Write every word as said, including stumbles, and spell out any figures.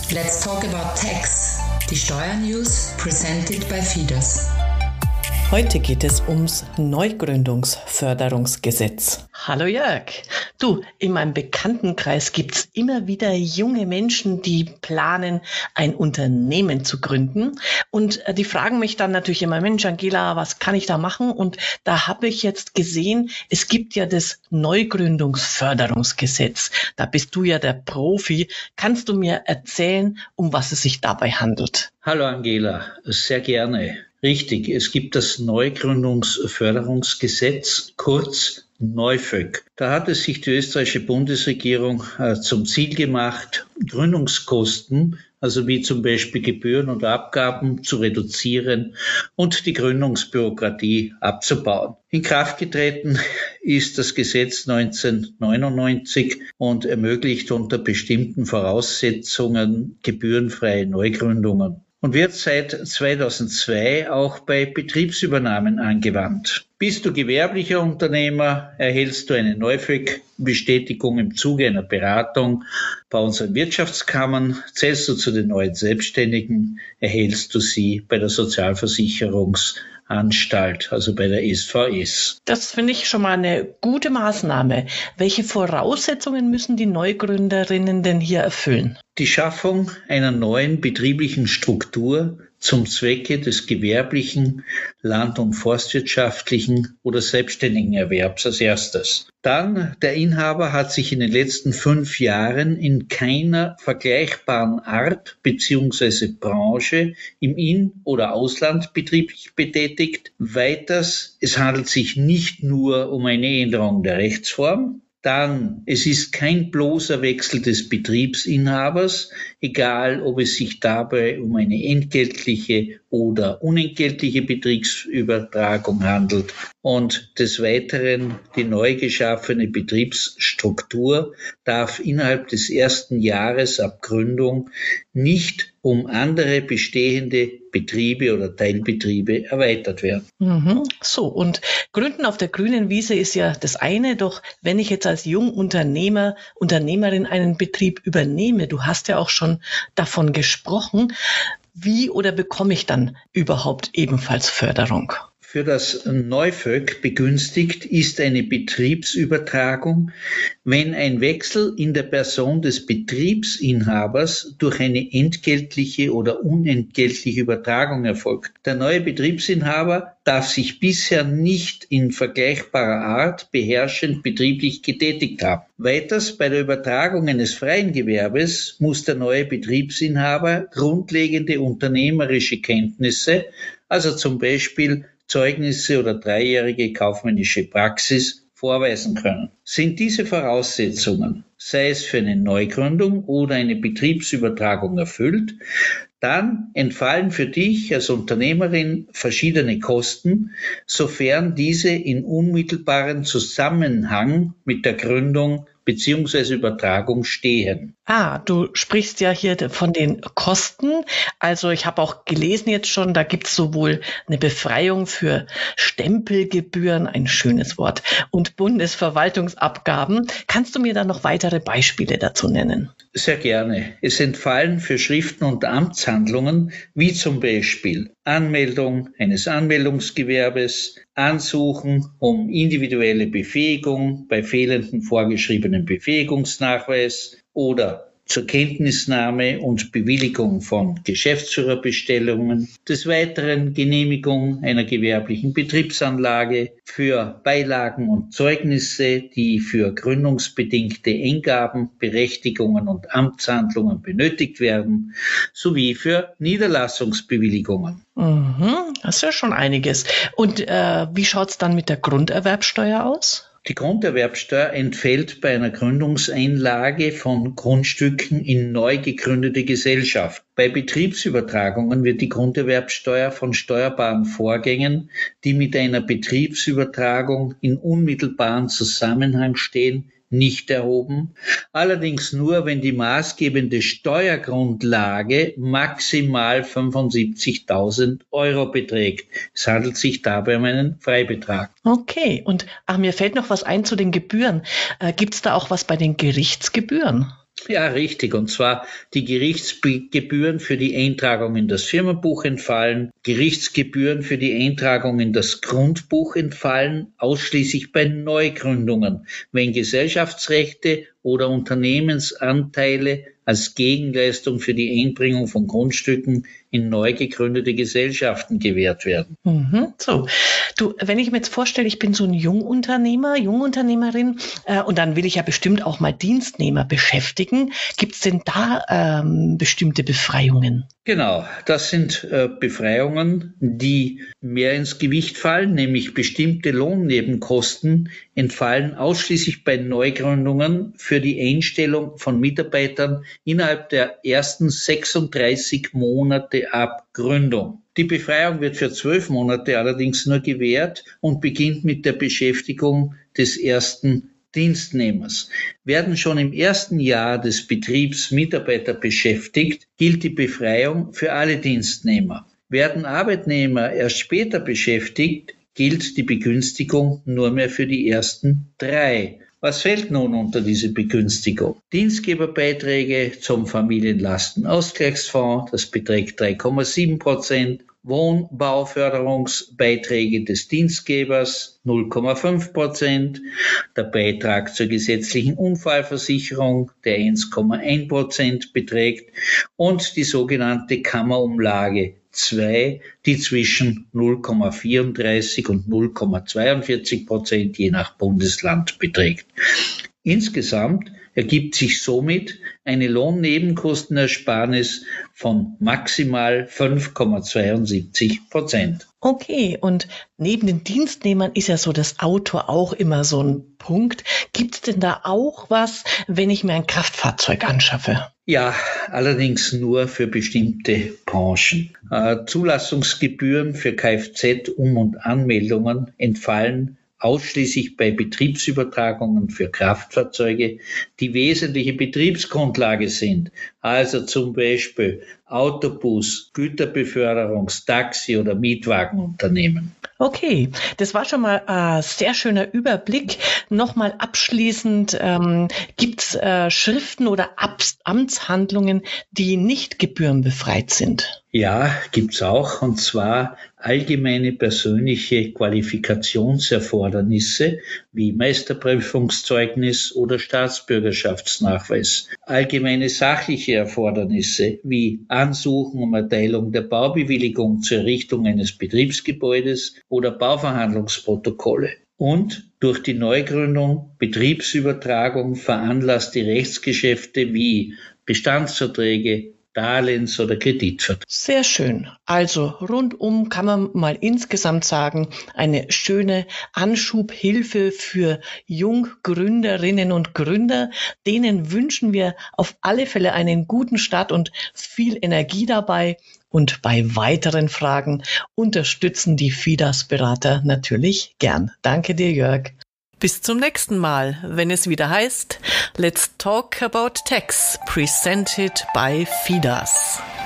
Let's talk about tax. Die Steuernews presented by Fides. Heute geht es ums Neugründungsförderungsgesetz. Hallo Jörg. Du, in meinem Bekanntenkreis gibt's immer wieder junge Menschen, die planen, ein Unternehmen zu gründen. Und die fragen mich dann natürlich immer, Mensch Angela, was kann ich da machen? Und da habe ich jetzt gesehen, es gibt ja das Neugründungsförderungsgesetz. Da bist du ja der Profi. Kannst du mir erzählen, um was es sich dabei handelt? Hallo Angela, sehr gerne. Richtig, es gibt das Neugründungsförderungsgesetz, kurz NEUFÖG. Da hat es sich die österreichische Bundesregierung äh, zum Ziel gemacht, Gründungskosten, also wie zum Beispiel Gebühren und Abgaben, zu reduzieren und die Gründungsbürokratie abzubauen. In Kraft getreten ist das Gesetz neunzehnhundertneunundneunzig und ermöglicht unter bestimmten Voraussetzungen gebührenfreie Neugründungen und wird seit zweitausendzwei auch bei Betriebsübernahmen angewandt. Bist du gewerblicher Unternehmer, erhältst du eine NEUFÖG-Bestätigung im Zuge einer Beratung bei unseren Wirtschaftskammern. Zählst du zu den neuen Selbstständigen, erhältst du sie bei der Sozialversicherungsanstalt, also bei der S V S. Das finde ich schon mal eine gute Maßnahme. Welche Voraussetzungen müssen die Neugründerinnen denn hier erfüllen? Die Schaffung einer neuen betrieblichen Struktur zum Zwecke des gewerblichen, land- und forstwirtschaftlichen oder selbstständigen Erwerbs als erstes. Dann, der Inhaber hat sich in den letzten fünf Jahren in keiner vergleichbaren Art bzw. Branche im In- oder Ausland betrieblich betätigt. Weiters, es handelt sich nicht nur um eine Änderung der Rechtsform. Dann, es ist kein bloßer Wechsel des Betriebsinhabers, egal ob es sich dabei um eine entgeltliche oder unentgeltliche Betriebsübertragung handelt. Und des Weiteren, die neu geschaffene Betriebsstruktur darf innerhalb des ersten Jahres ab Gründung nicht um andere bestehende Betriebe oder Teilbetriebe erweitert werden. Mhm. So, und Gründen auf der grünen Wiese ist ja das eine, doch wenn ich jetzt als Jungunternehmer, Unternehmerin einen Betrieb übernehme, du hast ja auch schon davon gesprochen, wie oder bekomme ich dann überhaupt ebenfalls Förderung? Für das NEUFÖG begünstigt ist eine Betriebsübertragung, wenn ein Wechsel in der Person des Betriebsinhabers durch eine entgeltliche oder unentgeltliche Übertragung erfolgt. Der neue Betriebsinhaber darf sich bisher nicht in vergleichbarer Art beherrschend betrieblich getätigt haben. Weiters, bei der Übertragung eines freien Gewerbes muss der neue Betriebsinhaber grundlegende unternehmerische Kenntnisse, also zum Beispiel Zeugnisse oder dreijährige kaufmännische Praxis vorweisen können. Sind diese Voraussetzungen, sei es für eine Neugründung oder eine Betriebsübertragung erfüllt, dann entfallen für dich als Unternehmerin verschiedene Kosten, sofern diese in unmittelbaren Zusammenhang mit der Gründung bzw. Übertragung stehen. Ah, du sprichst ja hier von den Kosten. Also ich habe auch gelesen jetzt schon, da gibt es sowohl eine Befreiung für Stempelgebühren, ein schönes Wort, und Bundesverwaltungsabgaben. Kannst du mir da noch weitere Beispiele dazu nennen? Sehr gerne. Es entfallen für Schriften und Amtshandlungen, wie zum Beispiel Anmeldung eines Anmeldungsgewerbes, Ansuchen um individuelle Befähigung bei fehlendem vorgeschriebenen Befähigungsnachweis oder zur Kenntnisnahme und Bewilligung von Geschäftsführerbestellungen, des Weiteren Genehmigung einer gewerblichen Betriebsanlage, für Beilagen und Zeugnisse, die für gründungsbedingte Eingaben, Berechtigungen und Amtshandlungen benötigt werden, sowie für Niederlassungsbewilligungen. Mhm, das ist ja schon einiges. Und äh, wie schaut es dann mit der Grunderwerbsteuer aus? Die Grunderwerbsteuer entfällt bei einer Gründungseinlage von Grundstücken in neu gegründete Gesellschaft. Bei Betriebsübertragungen wird die Grunderwerbsteuer von steuerbaren Vorgängen, die mit einer Betriebsübertragung in unmittelbaren Zusammenhang stehen, nicht erhoben, allerdings nur, wenn die maßgebende Steuergrundlage maximal fünfundsiebzigtausend Euro beträgt. Es handelt sich dabei um einen Freibetrag. Okay, und ach, mir fällt noch was ein zu den Gebühren. Äh, Gibt es da auch was bei den Gerichtsgebühren? Ja, richtig. Und zwar die Gerichtsgebühren für die Eintragung in das Firmenbuch entfallen, Gerichtsgebühren für die Eintragung in das Grundbuch entfallen, ausschließlich bei Neugründungen, wenn Gesellschaftsrechte oder Unternehmensanteile als Gegenleistung für die Einbringung von Grundstücken in neu gegründete Gesellschaften gewährt werden. Mhm, so, du, wenn ich mir jetzt vorstelle, ich bin so ein Jungunternehmer, Jungunternehmerin äh, und dann will ich ja bestimmt auch mal Dienstnehmer beschäftigen. Gibt es denn da ähm, bestimmte Befreiungen? Genau, das sind äh, Befreiungen, die mehr ins Gewicht fallen, nämlich bestimmte Lohnnebenkosten entfallen ausschließlich bei Neugründungen für die Einstellung von Mitarbeitern innerhalb der ersten sechsunddreißig Monate ab Gründung. Die Befreiung wird für zwölf Monate allerdings nur gewährt und beginnt mit der Beschäftigung des ersten Dienstnehmers. Werden schon im ersten Jahr des Betriebs Mitarbeiter beschäftigt, gilt die Befreiung für alle Dienstnehmer. Werden Arbeitnehmer erst später beschäftigt, gilt die Begünstigung nur mehr für die ersten drei. Was fällt nun unter diese Begünstigung? Dienstgeberbeiträge zum Familienlastenausgleichsfonds, das beträgt drei Komma sieben Prozent, Wohnbauförderungsbeiträge des Dienstgebers null Komma fünf Prozent, der Beitrag zur gesetzlichen Unfallversicherung, der eins Komma eins Prozent beträgt, und die sogenannte Kammerumlage zwei, die zwischen null Komma vierunddreißig und null Komma zweiundvierzig Prozent je nach Bundesland beträgt. Insgesamt ergibt sich somit eine Lohnnebenkostenersparnis von maximal fünf Komma zweiundsiebzig Prozent. Okay, und neben den Dienstnehmern ist ja so das Auto auch immer so ein Punkt. Gibt es denn da auch was, wenn ich mir ein Kraftfahrzeug anschaffe? Ja, allerdings nur für bestimmte Branchen. Äh, Zulassungsgebühren für Kfz-Um- und Anmeldungen entfallen ausschließlich bei Betriebsübertragungen für Kraftfahrzeuge, die wesentliche Betriebsgrundlage sind, also zum Beispiel Autobus, Güterbeförderungs-, Taxi- oder Mietwagenunternehmen. Okay, das war schon mal ein sehr schöner Überblick. Nochmal abschließend, ähm, gibt es äh, Schriften oder Ab- Amtshandlungen, die nicht gebührenbefreit sind? Ja, gibt's auch, und zwar allgemeine persönliche Qualifikationserfordernisse wie Meisterprüfungszeugnis oder Staatsbürgerschaftsnachweis, allgemeine sachliche Erfordernisse wie Ansuchen um Erteilung der Baubewilligung zur Errichtung eines Betriebsgebäudes oder Bauverhandlungsprotokolle. Und durch die Neugründung, Betriebsübertragung veranlasste Rechtsgeschäfte wie Bestandsverträge, Darlehens- oder Kreditverträge. Sehr schön. Also rundum kann man mal insgesamt sagen, eine schöne Anschubhilfe für Junggründerinnen und Gründer. Denen wünschen wir auf alle Fälle einen guten Start und viel Energie dabei. Und bei weiteren Fragen unterstützen die Fidas-Berater natürlich gern. Danke dir, Jörg. Bis zum nächsten Mal, wenn es wieder heißt, Let's Talk About Tax, presented by Fidas.